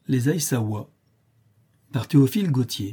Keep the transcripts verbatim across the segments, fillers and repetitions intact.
Les Aïssawa, par Théophile Gautier.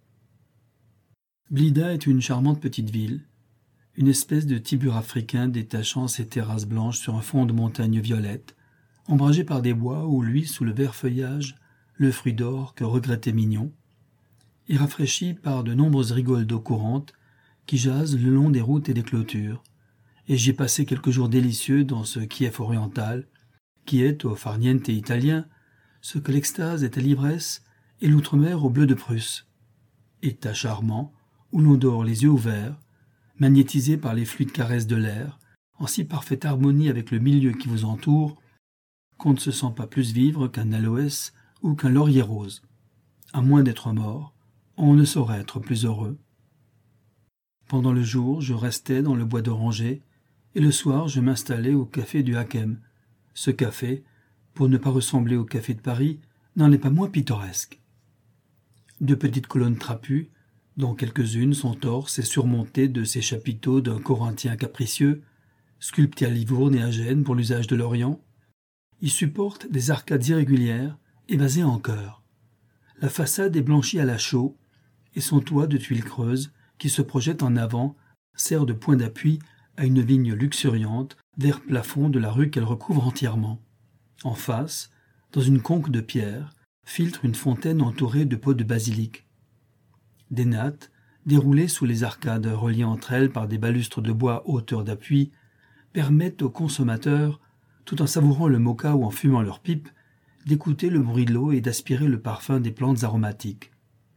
Blida est une charmante petite ville, une espèce de tibur africain détachant ses terrasses blanches sur un fond de montagne violette, ombragé par des bois où luit sous le vert feuillage le fruit d'or que regrettait Mignon, et rafraîchi par de nombreuses rigoles d'eau courante qui jasent le long des routes et des clôtures. Et j'y ai passé quelques jours délicieux dans ce Kiev oriental, qui est, au farniente italien, ce que l'extase est à l'ivresse et l'outre-mer au bleu de Prusse. État charmant, où l'on dort les yeux ouverts, magnétisé par les fluides caresses de l'air, en si parfaite harmonie avec le milieu qui vous entoure, qu'on ne se sent pas plus vivre qu'un aloès ou qu'un laurier rose. À moins d'être mort, on ne saurait être plus heureux. Pendant le jour, je restais dans le bois d'oranger, et le soir, je m'installais au café du Hakem. Ce café, pour ne pas ressembler au café de Paris, n'en est pas moins pittoresque. Deux petites colonnes trapues, dont quelques-unes sont torses et surmontées de ces chapiteaux d'un corinthien capricieux, sculptés à Livourne et à Gênes pour l'usage de l'Orient, y supportent des arcades irrégulières évasées en chœur. La façade est blanchie à la chaux, et son toit de tuiles creuses, qui se projette en avant, sert de point d'appui à une vigne luxuriante vers plafond de la rue qu'elle recouvre entièrement. En face, dans une conque de pierre, filtre une fontaine entourée de pots de basilic. Des nattes, déroulées sous les arcades reliées entre elles par des balustres de bois à hauteur d'appui, permettent aux consommateurs, tout en savourant le moka ou en fumant leur pipe, d'écouter le bruit de l'eau et d'aspirer le parfum des plantes aromatiques.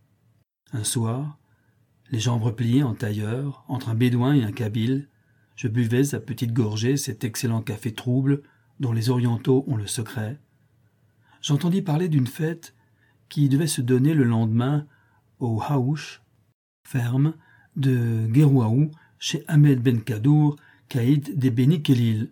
Un soir, les jambes repliées en tailleur, entre un bédouin et un kabyle, je buvais à petites gorgées cet excellent café trouble dont les orientaux ont le secret. J'entendis parler d'une fête qui devait se donner le lendemain au Haouch, ferme de Guérouaou, chez Ahmed Ben Kadour, caïd des Beni Khelil.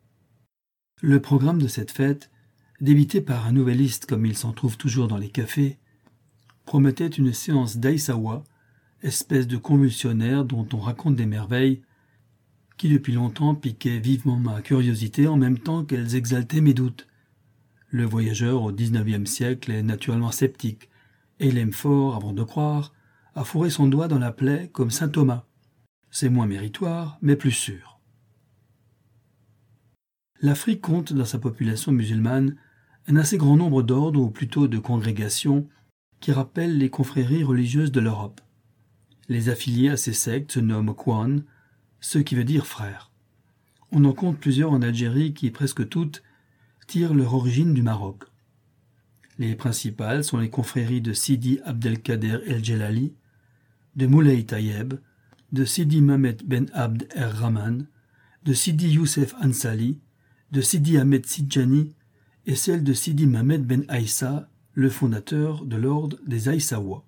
Le programme de cette fête, débité par un nouvelliste comme il s'en trouve toujours dans les cafés, promettait une séance d'Aïssawa, espèce de convulsionnaire dont on raconte des merveilles, qui depuis longtemps piquaient vivement ma curiosité en même temps qu'elles exaltaient mes doutes. Le voyageur au dix-neuvième siècle est naturellement sceptique, et il aime fort, avant de croire, à fourrer son doigt dans la plaie comme saint Thomas. C'est moins méritoire, mais plus sûr. L'Afrique compte dans sa population musulmane un assez grand nombre d'ordres, ou plutôt de congrégations, qui rappellent les confréries religieuses de l'Europe. Les affiliés à ces sectes se nomment Kwan, ce qui veut dire frère. On en compte plusieurs en Algérie qui, presque toutes, tirent leur origine du Maroc. Les principales sont les confréries de Sidi Abdelkader el-Djelali, de Moulay Tayeb, de Sidi Mamet ben Abd er-Rahman, de Sidi Youssef Ansali, de Sidi Ahmed Sidjani et celle de Sidi Mamet ben Aïssa, le fondateur de l'ordre des Aïssawa.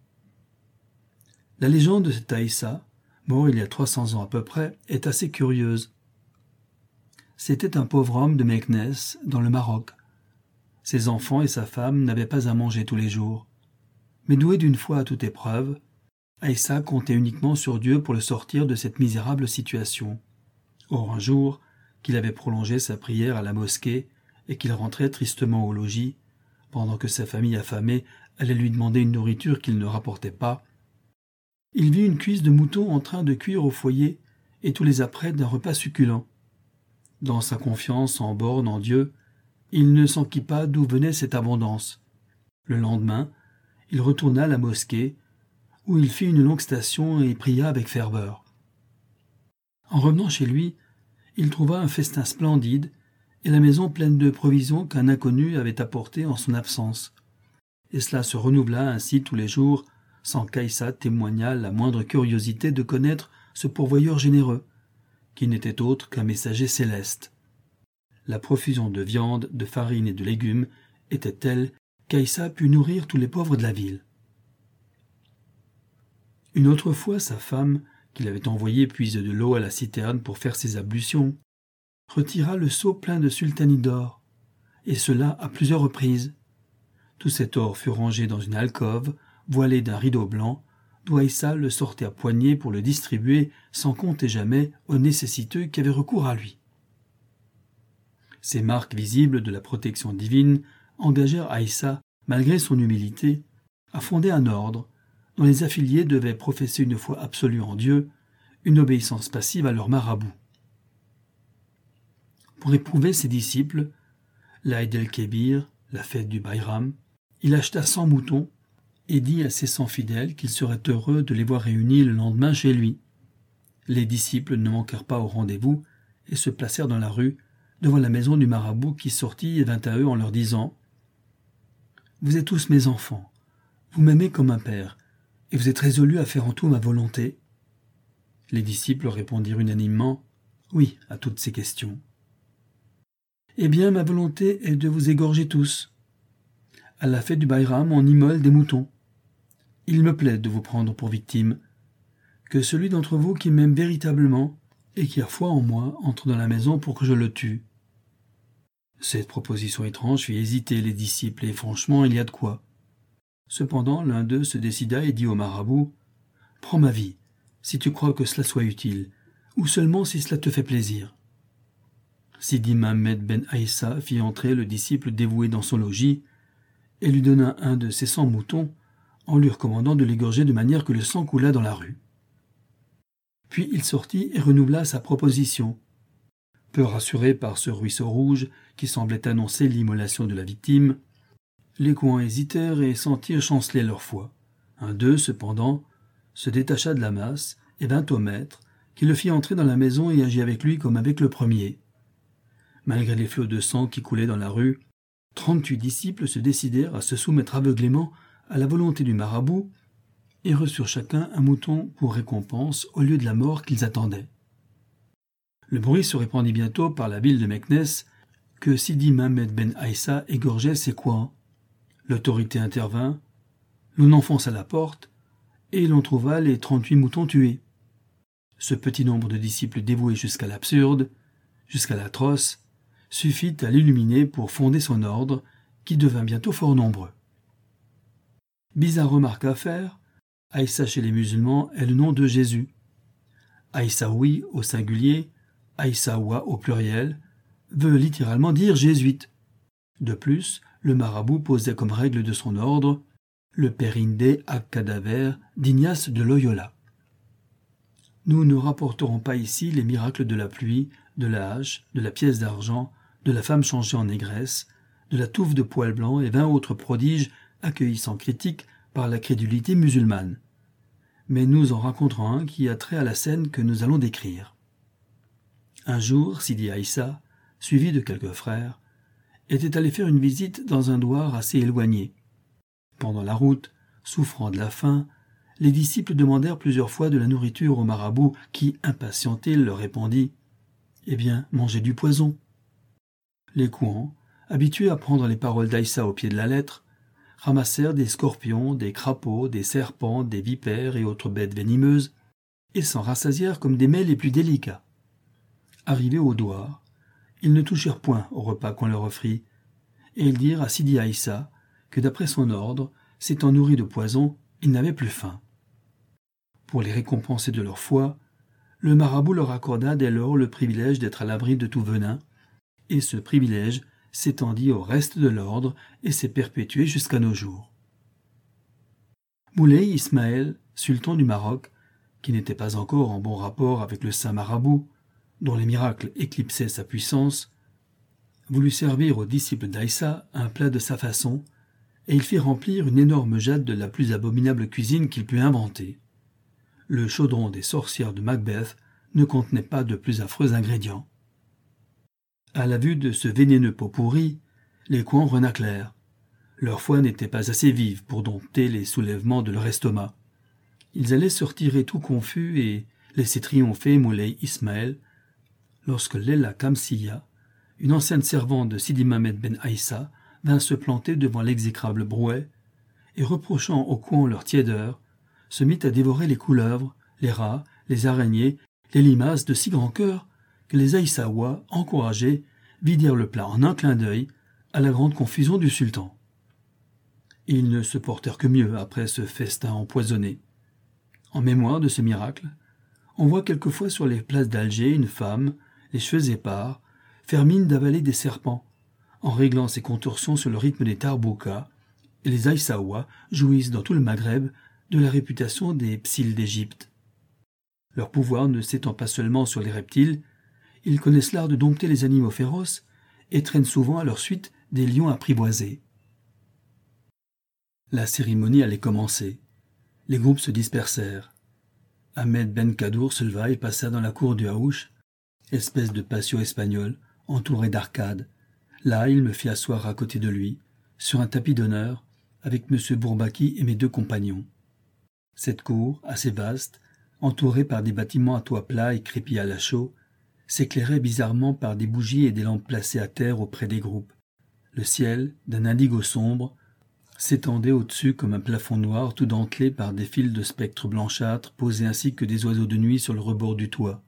La légende de cet Aïssa, mort il y a trois cents ans à peu près, est assez curieuse. C'était un pauvre homme de Meknès, dans le Maroc. Ses enfants et sa femme n'avaient pas à manger tous les jours. Mais doué d'une foi à toute épreuve, Aïssa comptait uniquement sur Dieu pour le sortir de cette misérable situation. Or un jour, qu'il avait prolongé sa prière à la mosquée et qu'il rentrait tristement au logis, pendant que sa famille affamée allait lui demander une nourriture qu'il ne rapportait pas, il vit une cuisse de mouton en train de cuire au foyer et tous les apprêts d'un repas succulent. Dans sa confiance en borne en Dieu, il ne s'enquit pas d'où venait cette abondance. Le lendemain, il retourna à la mosquée, où il fit une longue station et pria avec ferveur. En revenant chez lui, il trouva un festin splendide et la maison pleine de provisions qu'un inconnu avait apportées en son absence. Et cela se renouvela ainsi tous les jours, sans qu'Aïssa témoignât la moindre curiosité de connaître ce pourvoyeur généreux, qui n'était autre qu'un messager céleste. La profusion de viande, de farine et de légumes était telle qu'Aïssa put nourrir tous les pauvres de la ville. Une autre fois, sa femme, qu'il avait envoyée puiser de l'eau à la citerne pour faire ses ablutions, retira le seau plein de sultanie d'or, et cela à plusieurs reprises. Tout cet or fut rangé dans une alcôve, voilée d'un rideau blanc, d'où Aïssa le sortait à poignée pour le distribuer sans compter jamais aux nécessiteux qui avaient recours à lui. Ces marques visibles de la protection divine engagèrent Aïssa malgré son humilité, a fondé un ordre dont les affiliés devaient professer une foi absolue en Dieu, une obéissance passive à leur marabout. Pour éprouver ses disciples, l'Aïd el-Kébir, la fête du Bayram, il acheta cent moutons et dit à ses cent fidèles qu'il serait heureux de les voir réunis le lendemain chez lui. Les disciples ne manquèrent pas au rendez-vous et se placèrent dans la rue, devant la maison du marabout qui sortit et vint à eux en leur disant « Vous êtes tous mes enfants, vous m'aimez comme un père, et vous êtes résolus à faire en tout ma volonté ?» Les disciples répondirent unanimement « Oui » à toutes ces questions. « Eh bien, ma volonté est de vous égorger tous. À la fête du Bayram, on immole des moutons. Il me plaît de vous prendre pour victime. Que celui d'entre vous qui m'aime véritablement et qui a foi en moi entre dans la maison pour que je le tue. » Cette proposition étrange fit hésiter les disciples, et franchement, il y a de quoi. Cependant, l'un d'eux se décida et dit au marabout « Prends ma vie, si tu crois que cela soit utile, ou seulement si cela te fait plaisir. » Sidi Mohammed ben Aïssa fit entrer le disciple dévoué dans son logis et lui donna un de ses cent moutons en lui recommandant de l'égorger de manière que le sang coulât dans la rue. Puis il sortit et renouvela sa proposition. Peu rassurés par ce ruisseau rouge qui semblait annoncer l'immolation de la victime, les Kouans hésitèrent et sentirent chanceler leur foi. Un d'eux, cependant, se détacha de la masse et vint au maître, qui le fit entrer dans la maison et agit avec lui comme avec le premier. Malgré les flots de sang qui coulaient dans la rue, trente-huit disciples se décidèrent à se soumettre aveuglément à la volonté du marabout et reçurent chacun un mouton pour récompense au lieu de la mort qu'ils attendaient. Le bruit se répandit bientôt par la ville de Meknès que Sidi Mohammed ben Aïssa égorgeait ses Kouans. L'autorité intervint, l'on enfonça la porte et l'on trouva les trente-huit moutons tués. Ce petit nombre de disciples dévoués jusqu'à l'absurde, jusqu'à l'atroce, suffit à l'illuminer pour fonder son ordre, qui devint bientôt fort nombreux. Bizarre remarque à faire, Aïssa chez les musulmans est le nom de Jésus. Aïssaoui au singulier, Aïssaoua au pluriel, veut littéralement dire jésuite. De plus, le marabout posait comme règle de son ordre le Périnde ac cadaver d'Ignace de Loyola. Nous ne rapporterons pas ici les miracles de la pluie, de la hache, de la pièce d'argent, de la femme changée en négresse, de la touffe de poils blancs et vingt autres prodiges accueillis sans critique par la crédulité musulmane. Mais nous en raconterons un qui a trait à la scène que nous allons décrire. Un jour, Sidi Aïssa, suivi de quelques frères, était allé faire une visite dans un douar assez éloigné. Pendant la route, souffrant de la faim, les disciples demandèrent plusieurs fois de la nourriture au marabout qui, impatienté, leur répondit « Eh bien, mangez du poison !» Les Kouans, habitués à prendre les paroles d'Aïssa au pied de la lettre, ramassèrent des scorpions, des crapauds, des serpents, des vipères et autres bêtes venimeuses, et s'en rassasièrent comme des mets les plus délicats. Arrivés au douar, ils ne touchèrent point au repas qu'on leur offrit, et ils dirent à Sidi Aïssa que d'après son ordre, s'étant nourris de poison, ils n'avaient plus faim. Pour les récompenser de leur foi, le marabout leur accorda dès lors le privilège d'être à l'abri de tout venin, et ce privilège s'étendit au reste de l'ordre et s'est perpétué jusqu'à nos jours. Moulay Ismaël, sultan du Maroc, qui n'était pas encore en bon rapport avec le saint marabout, dont les miracles éclipsaient sa puissance, voulut servir aux disciples d'Aïssa un plat de sa façon, et il fit remplir une énorme jade de la plus abominable cuisine qu'il put inventer. Le chaudron des sorcières de Macbeth ne contenait pas de plus affreux ingrédients. À la vue de ce vénéneux pot pourri, les Kouans renâclèrent. Leur foi n'était pas assez vive pour dompter les soulèvements de leur estomac. Ils allaient se retirer tout confus et laisser triompher Moulay Ismaël, lorsque Leila Kamsiya, une ancienne servante de Sidi Mohammed ben Aïssa, vint se planter devant l'exécrable brouet, et reprochant aux Kouans leur tiédeur, se mit à dévorer les couleuvres, les rats, les araignées, les limaces de si grand cœur que les Aïssaouas, encouragés, vidèrent le plat en un clin d'œil, à la grande confusion du sultan. Ils ne se portèrent que mieux après ce festin empoisonné. En mémoire de ce miracle, on voit quelquefois sur les places d'Alger une femme, les cheveux épars, faire mine d'avaler des serpents, en réglant ses contorsions sur le rythme des tarboukas, et les Aïssaouas jouissent dans tout le Maghreb de la réputation des psyls d'Égypte. Leur pouvoir ne s'étend pas seulement sur les reptiles, ils connaissent l'art de dompter les animaux féroces et traînent souvent à leur suite des lions apprivoisés. La cérémonie allait commencer. Les groupes se dispersèrent. Ahmed Ben Kadour se leva et passa dans la cour du Haouch, espèce de patio espagnol, entouré d'arcades. Là, il me fit asseoir à côté de lui, sur un tapis d'honneur, avec M. Bourbaki et mes deux compagnons. Cette cour, assez vaste, entourée par des bâtiments à toit plat et crépis à la chaux, s'éclairait bizarrement par des bougies et des lampes placées à terre auprès des groupes. Le ciel, d'un indigo sombre, s'étendait au-dessus comme un plafond noir tout dentelé par des fils de spectres blanchâtres posés ainsi que des oiseaux de nuit sur le rebord du toit.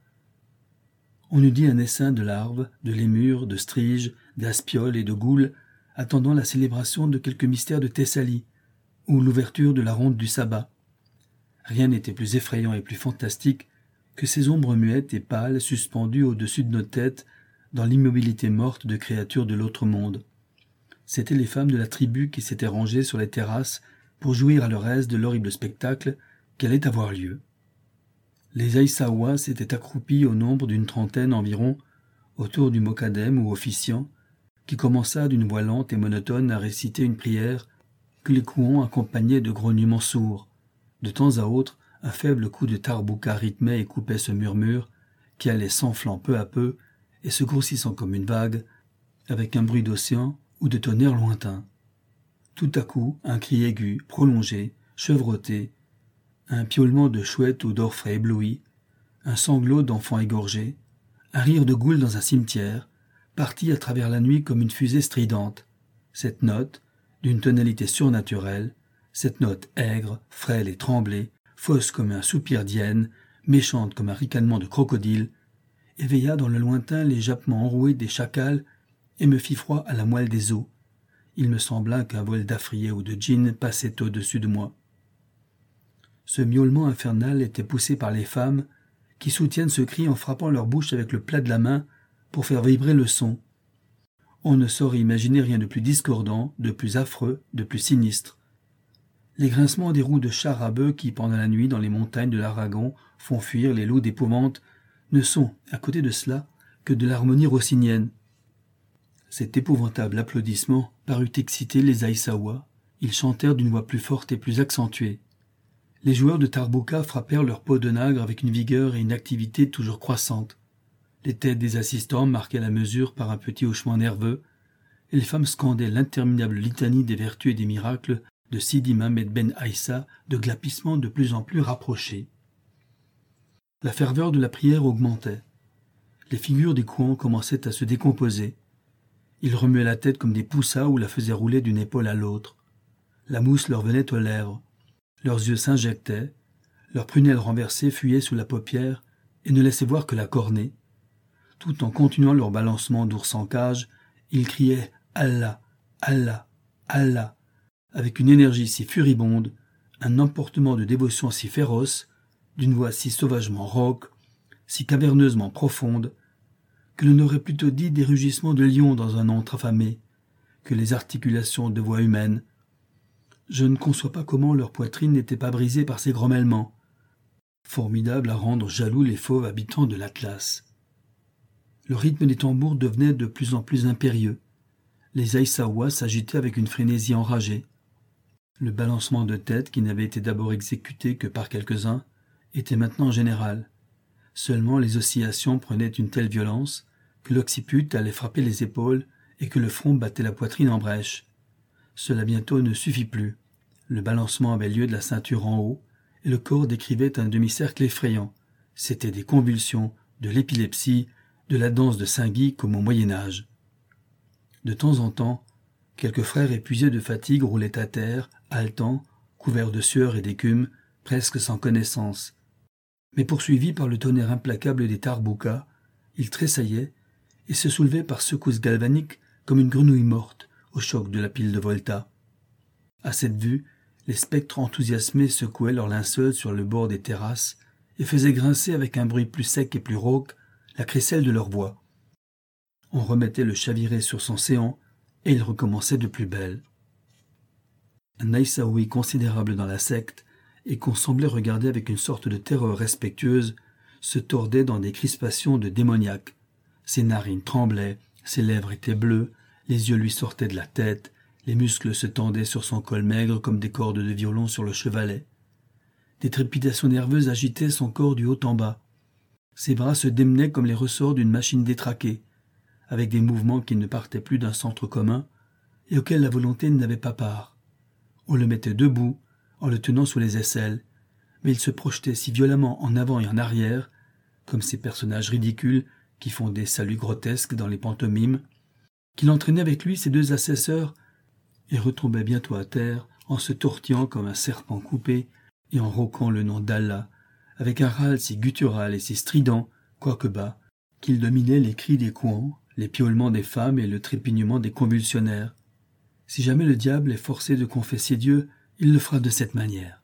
On eût dit un essaim de larves, de lémures, de striges, d'aspioles et de goules, attendant la célébration de quelque mystère de Thessalie, ou l'ouverture de la ronde du sabbat. Rien n'était plus effrayant et plus fantastique que ces ombres muettes et pâles suspendues au-dessus de nos têtes dans l'immobilité morte de créatures de l'autre monde. C'étaient les femmes de la tribu qui s'étaient rangées sur les terrasses pour jouir à leur aise de l'horrible spectacle qui allait avoir lieu. Les Aïssaouas s'étaient accroupis au nombre d'une trentaine environ autour du mokadem ou officiant qui commença d'une voix lente et monotone à réciter une prière que les Kouons accompagnaient de grognements sourds. De temps à autre, un faible coup de tarbouka rythmait et coupait ce murmure qui allait s'enflant peu à peu et se grossissant comme une vague avec un bruit d'océan ou de tonnerre lointain. Tout à coup, un cri aigu, prolongé, chevroté, un piaulement de chouette ou d'orfraie ébloui, un sanglot d'enfant égorgé, un rire de goule dans un cimetière, partit à travers la nuit comme une fusée stridente. Cette note, d'une tonalité surnaturelle, cette note aigre, frêle et tremblée, fausse comme un soupir d'hyène, méchante comme un ricanement de crocodile, éveilla dans le lointain les jappements enroués des chacals et me fit froid à la moelle des os. Il me sembla qu'un vol d'afriers ou de djinns passait au-dessus de moi. Ce miaulement infernal était poussé par les femmes qui soutiennent ce cri en frappant leur bouche avec le plat de la main pour faire vibrer le son. On ne saurait imaginer rien de plus discordant, de plus affreux, de plus sinistre. Les grincements des roues de chars à bœufs qui, pendant la nuit, dans les montagnes de l'Aragon, font fuir les loups d'épouvante, ne sont, à côté de cela, que de l'harmonie rossinienne. Cet épouvantable applaudissement parut exciter les Aïssaouas. Ils chantèrent d'une voix plus forte et plus accentuée. Les joueurs de tarbouka frappèrent leur peau de nagre avec une vigueur et une activité toujours croissantes. Les têtes des assistants marquaient la mesure par un petit hochement nerveux, et les femmes scandaient l'interminable litanie des vertus et des miracles de Sidi Mohamed Ben Aïssa, de glapissements de plus en plus rapprochés. La ferveur de la prière augmentait. Les figures des Kouans commençaient à se décomposer. Ils remuaient la tête comme des poussas ou la faisaient rouler d'une épaule à l'autre. La mousse leur venait aux lèvres. Leurs yeux s'injectaient, leurs prunelles renversées fuyaient sous la paupière et ne laissaient voir que la cornée. Tout en continuant leur balancement d'ours en cage, ils criaient « Allah, Allah, Allah » avec une énergie si furibonde, un emportement de dévotion si féroce, d'une voix si sauvagement rauque, si caverneusement profonde, que l'on aurait plutôt dit des rugissements de lions dans un antre affamé, que les articulations de voix humaines. Je ne conçois pas comment leur poitrine n'était pas brisée par ces grommellements, formidables à rendre jaloux les fauves habitants de l'Atlas. Le rythme des tambours devenait de plus en plus impérieux. Les Aïssaouas s'agitaient avec une frénésie enragée. Le balancement de tête, qui n'avait été d'abord exécuté que par quelques-uns, était maintenant général. Seulement les oscillations prenaient une telle violence que l'occiput allait frapper les épaules et que le front battait la poitrine en brèche. Cela bientôt ne suffit plus. Le balancement avait lieu de la ceinture en haut, et le corps décrivait un demi-cercle effrayant. C'étaient des convulsions, de l'épilepsie, de la danse de Saint-Guy comme au Moyen-Âge. De temps en temps, quelques frères épuisés de fatigue roulaient à terre, haletants, couverts de sueur et d'écume, presque sans connaissance. Mais poursuivis par le tonnerre implacable des tarboukas, ils tressaillaient et se soulevaient par secousses galvaniques comme une grenouille morte au choc de la pile de Volta. À cette vue, les spectres enthousiasmés secouaient leurs linceuls sur le bord des terrasses et faisaient grincer avec un bruit plus sec et plus rauque la crécelle de leur voix. On remettait le chaviré sur son séant et il recommençait de plus belle. un aïssaoui considérable dans la secte, et qu'on semblait regarder avec une sorte de terreur respectueuse, se tordait dans des crispations de démoniaque. Ses narines tremblaient, ses lèvres étaient bleues, les yeux lui sortaient de la tête, les muscles se tendaient sur son col maigre comme des cordes de violon sur le chevalet. Des trépidations nerveuses agitaient son corps du haut en bas. Ses bras se démenaient comme les ressorts d'une machine détraquée, avec des mouvements qui ne partaient plus d'un centre commun et auxquels la volonté n'avait pas part. On le mettait debout, en le tenant sous les aisselles, mais il se projetait si violemment en avant et en arrière, comme ces personnages ridicules qui font des saluts grotesques dans les pantomimes, qu'il entraînait avec lui ses deux assesseurs et retombait bientôt à terre en se tortillant comme un serpent coupé et en rauquant le nom d'Allah, avec un râle si guttural et si strident, quoique bas, qu'il dominait les cris des couants, les piaulements des femmes et le trépignement des convulsionnaires. Si jamais le diable est forcé de confesser Dieu, il le fera de cette manière.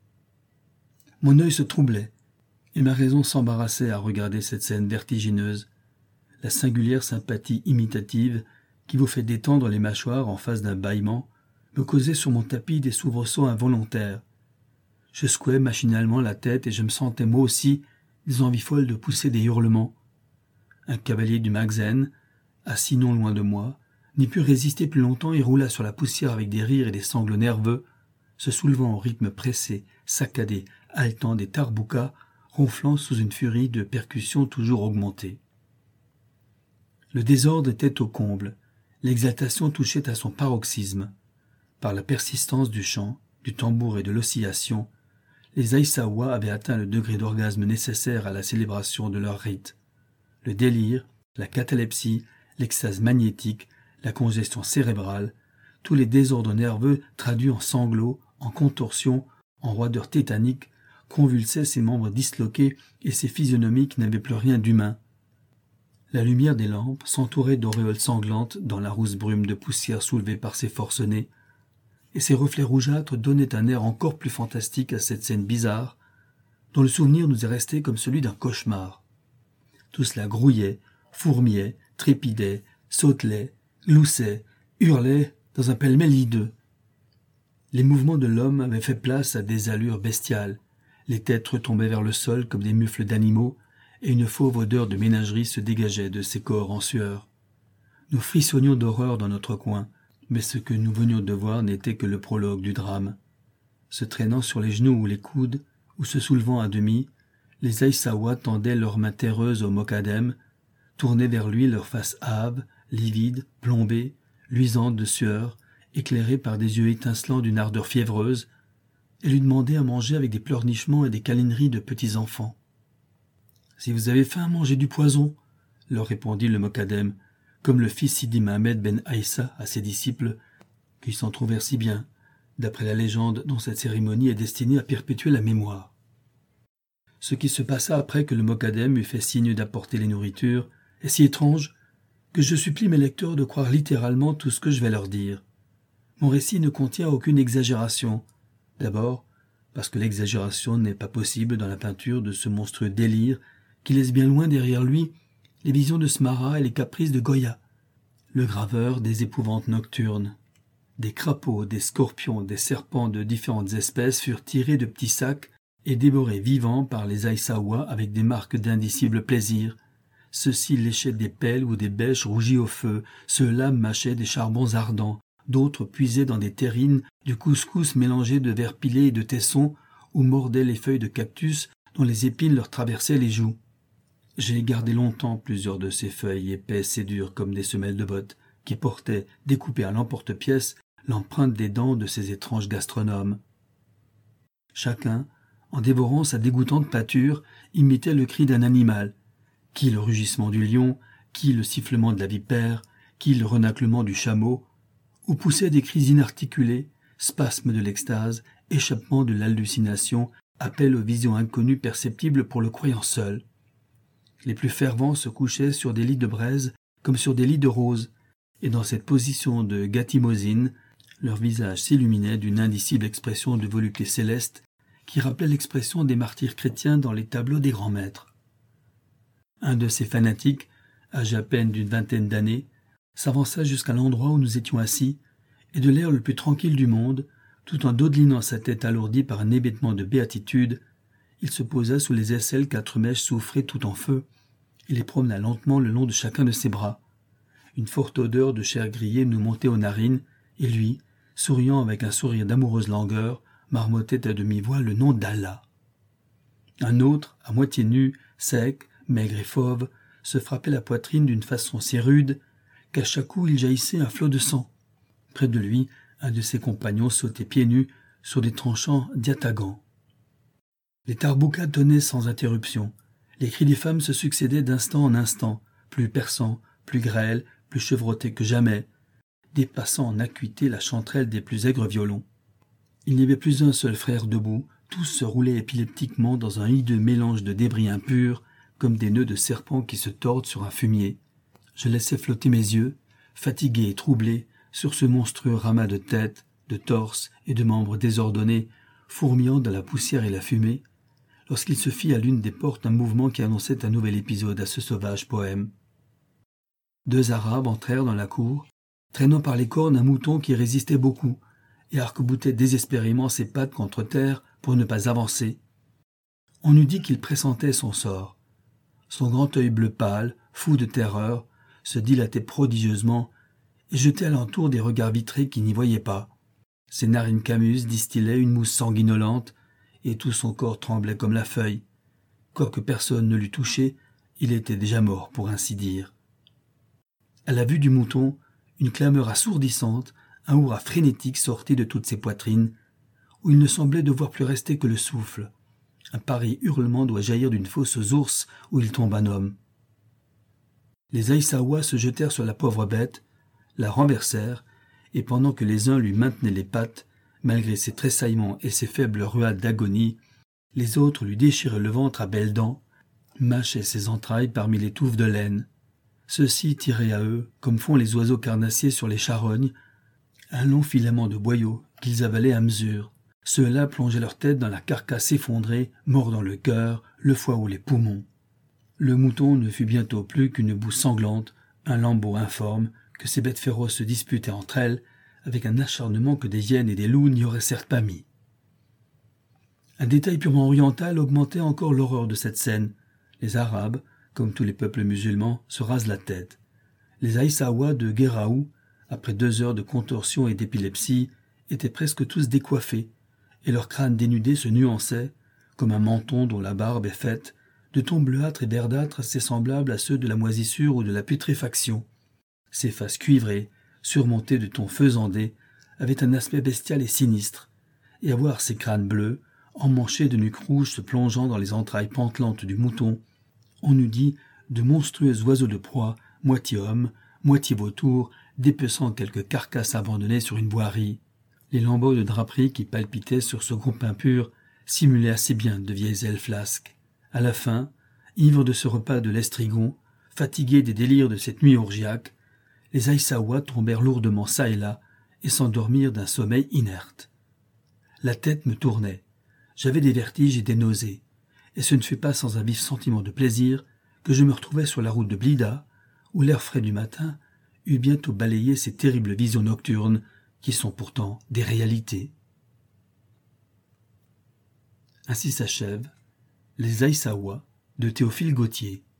Mon œil se troublait, et ma raison s'embarrassait à regarder cette scène vertigineuse, la singulière sympathie imitative qui vous fait détendre les mâchoires en face d'un bâillement, me causait sur mon tapis des soubresauts involontaires. Je secouais machinalement la tête et je me sentais moi aussi des envies folles de pousser des hurlements. Un cavalier du Magzen, assis non loin de moi, n'y put résister plus longtemps et roula sur la poussière avec des rires et des sanglots nerveux, se soulevant au rythme pressé, saccadé, haletant des tarboukas, ronflant sous une furie de percussions toujours augmentée. Le désordre était au comble, l'exaltation touchait à son paroxysme. Par la persistance du chant, du tambour et de l'oscillation, les Aïssaouas avaient atteint le degré d'orgasme nécessaire à la célébration de leur rite. Le délire, la catalepsie, l'extase magnétique, la congestion cérébrale, tous les désordres nerveux traduits en sanglots, en contorsions, en roideurs tétaniques, convulsaient ses membres disloqués et ses physionomies qui n'avaient plus rien d'humain. La lumière des lampes s'entourait d'auréoles sanglantes dans la rousse brume de poussière soulevée par ses forcenés, et ses reflets rougeâtres donnaient un air encore plus fantastique à cette scène bizarre, dont le souvenir nous est resté comme celui d'un cauchemar. Tout cela grouillait, fourmillait, trépidait, sautelait, gloussait, hurlait dans un pêle-mêle hideux. Les mouvements de l'homme avaient fait place à des allures bestiales, les têtes retombaient vers le sol comme des mufles d'animaux, et une fauve odeur de ménagerie se dégageait de ces corps en sueur. Nous frissonnions d'horreur dans notre coin, mais ce que nous venions de voir n'était que le prologue du drame. Se traînant sur les genoux ou les coudes, ou se soulevant à demi, les Aïssaouas tendaient leurs mains terreuses au Mokadem, tournaient vers lui leur face hâve, livide, plombée, luisante de sueur, éclairée par des yeux étincelants d'une ardeur fiévreuse, et lui demandaient à manger avec des pleurnichements et des câlineries de petits enfants. « Si vous avez faim, mangez du poison, » leur répondit le Mokadem, comme le fit Sidi Mohamed ben Aïssa à ses disciples, qui s'en trouvèrent si bien, d'après la légende dont cette cérémonie est destinée à perpétuer la mémoire. Ce qui se passa après que le Mokadem eut fait signe d'apporter les nourritures est si étrange que je supplie mes lecteurs de croire littéralement tout ce que je vais leur dire. Mon récit ne contient aucune exagération. D'abord, parce que l'exagération n'est pas possible dans la peinture de ce monstrueux délire qui laisse bien loin derrière lui les visions de Smara et les caprices de Goya, le graveur des épouvantes nocturnes. Des crapauds, des scorpions, des serpents de différentes espèces furent tirés de petits sacs et dévorés vivants par les Aïssaouas avec des marques d'indicible plaisir. Ceux-ci léchaient des pelles ou des bêches rougies au feu, ceux-là mâchaient des charbons ardents, d'autres puisaient dans des terrines du couscous mélangé de vers pilés et de tessons ou mordaient les feuilles de cactus dont les épines leur traversaient les joues. J'ai gardé longtemps plusieurs de ces feuilles épaisses et dures comme des semelles de bottes, qui portaient, découpées à l'emporte-pièce, l'empreinte des dents de ces étranges gastronomes. Chacun, en dévorant sa dégoûtante pâture, imitait le cri d'un animal, qui le rugissement du lion, qui le sifflement de la vipère, qui le renâclement du chameau, ou poussait des cris inarticulés, spasmes de l'extase, échappement de l'hallucination, appel aux visions inconnues perceptibles pour le croyant seul. Les plus fervents se couchaient sur des lits de braise comme sur des lits de roses, et dans cette position de gatimosine, leur visage s'illuminait d'une indicible expression de volupté céleste qui rappelait l'expression des martyrs chrétiens dans les tableaux des grands maîtres. Un de ces fanatiques, âgé à peine d'une vingtaine d'années, s'avança jusqu'à l'endroit où nous étions assis, et de l'air le plus tranquille du monde, Tout en dodelinant sa tête alourdie par un hébétement de béatitude, il se posa sous les aisselles quatre mèches soufrées tout en feu et les promena lentement le long de chacun de ses bras. Une forte odeur de chair grillée nous montait aux narines, et lui, souriant avec un sourire d'amoureuse langueur, marmottait à demi-voix le nom d'Allah. Un autre, à moitié nu, sec, maigre et fauve, se frappait la poitrine d'une façon si rude qu'à chaque coup il jaillissait un flot de sang. Près de lui, un de ses compagnons sautait pieds nus sur des tranchants diatagans. Les tarboukas tonnaient sans interruption. Les cris des femmes se succédaient d'instant en instant, plus perçants, plus grêles, plus chevrotés que jamais, dépassant en acuité la chanterelle des plus aigres violons. Il n'y avait plus un seul frère debout, tous se roulaient épileptiquement dans un hideux mélange de débris impurs, comme des nœuds de serpents qui se tordent sur un fumier. Je laissais flotter mes yeux, fatigué et troublé, sur ce monstrueux ramas de têtes, de torses et de membres désordonnés, fourmillant dans la poussière et la fumée, lorsqu'il se fit à l'une des portes un mouvement qui annonçait un nouvel épisode à ce sauvage poème. Deux Arabes entrèrent dans la cour, traînant par les cornes un mouton qui résistait beaucoup, et arc-boutait désespérément ses pattes contre terre pour ne pas avancer. On eût dit qu'il pressentait son sort. Son grand œil bleu pâle, fou de terreur, se dilatait prodigieusement et jetait alentour des regards vitrés qui n'y voyaient pas. Ses narines camuses distillaient une mousse sanguinolente et tout son corps tremblait comme la feuille. Quoique personne ne l'eût touché, il était déjà mort, pour ainsi dire. À la vue du mouton, une clameur assourdissante, un hurrah frénétique sortit de toutes ses poitrines, où il ne semblait devoir plus rester que le souffle. Un pareil hurlement doit jaillir d'une fosse aux ours où il tombe un homme. Les Aïssaouas se jetèrent sur la pauvre bête, la renversèrent, et pendant que les uns lui maintenaient les pattes, malgré ses tressaillements et ses faibles ruades d'agonie, les autres lui déchiraient le ventre à belles dents, mâchaient ses entrailles parmi les touffes de laine. Ceux-ci tiraient à eux, comme font les oiseaux carnassiers sur les charognes, un long filament de boyaux qu'ils avalaient à mesure. Ceux-là plongeaient leur tête dans la carcasse effondrée, mordant le cœur, le foie ou les poumons. Le mouton ne fut bientôt plus qu'une boue sanglante, un lambeau informe, que ces bêtes féroces se disputaient entre elles, avec un acharnement que des hyènes et des loups n'y auraient certes pas mis. Un détail purement oriental augmentait encore l'horreur de cette scène. Les Arabes, comme tous les peuples musulmans, se rasent la tête. Les Aïssaouas de Guéraou, après deux heures de contorsion et d'épilepsie, étaient presque tous décoiffés, et leurs crânes dénudés se nuançaient, comme un menton dont la barbe est faite, de tons bleuâtres et verdâtres assez semblables à ceux de la moisissure ou de la putréfaction. Ces faces cuivrées, surmontées de tons faisandés, avaient un aspect bestial et sinistre, et à voir ces crânes bleus, emmanchés de nuques rouges se plongeant dans les entrailles pantelantes du mouton, on eût dit de monstrueux oiseaux de proie, moitié hommes, moitié vautours, dépeçant quelque carcasse abandonnée sur une voirie. Les lambeaux de draperie qui palpitaient sur ce groupe impur simulaient assez bien de vieilles ailes flasques. À la fin, ivres de ce repas de l'estrigon, fatigués des délires de cette nuit orgiaque, les Aïssaouas tombèrent lourdement çà et là et s'endormirent d'un sommeil inerte. La tête me tournait, j'avais des vertiges et des nausées, et ce ne fut pas sans un vif sentiment de plaisir que je me retrouvai sur la route de Blida, où l'air frais du matin eut bientôt balayé ces terribles visions nocturnes qui sont pourtant des réalités. Ainsi s'achève Les Aïssaouas de Théophile Gautier.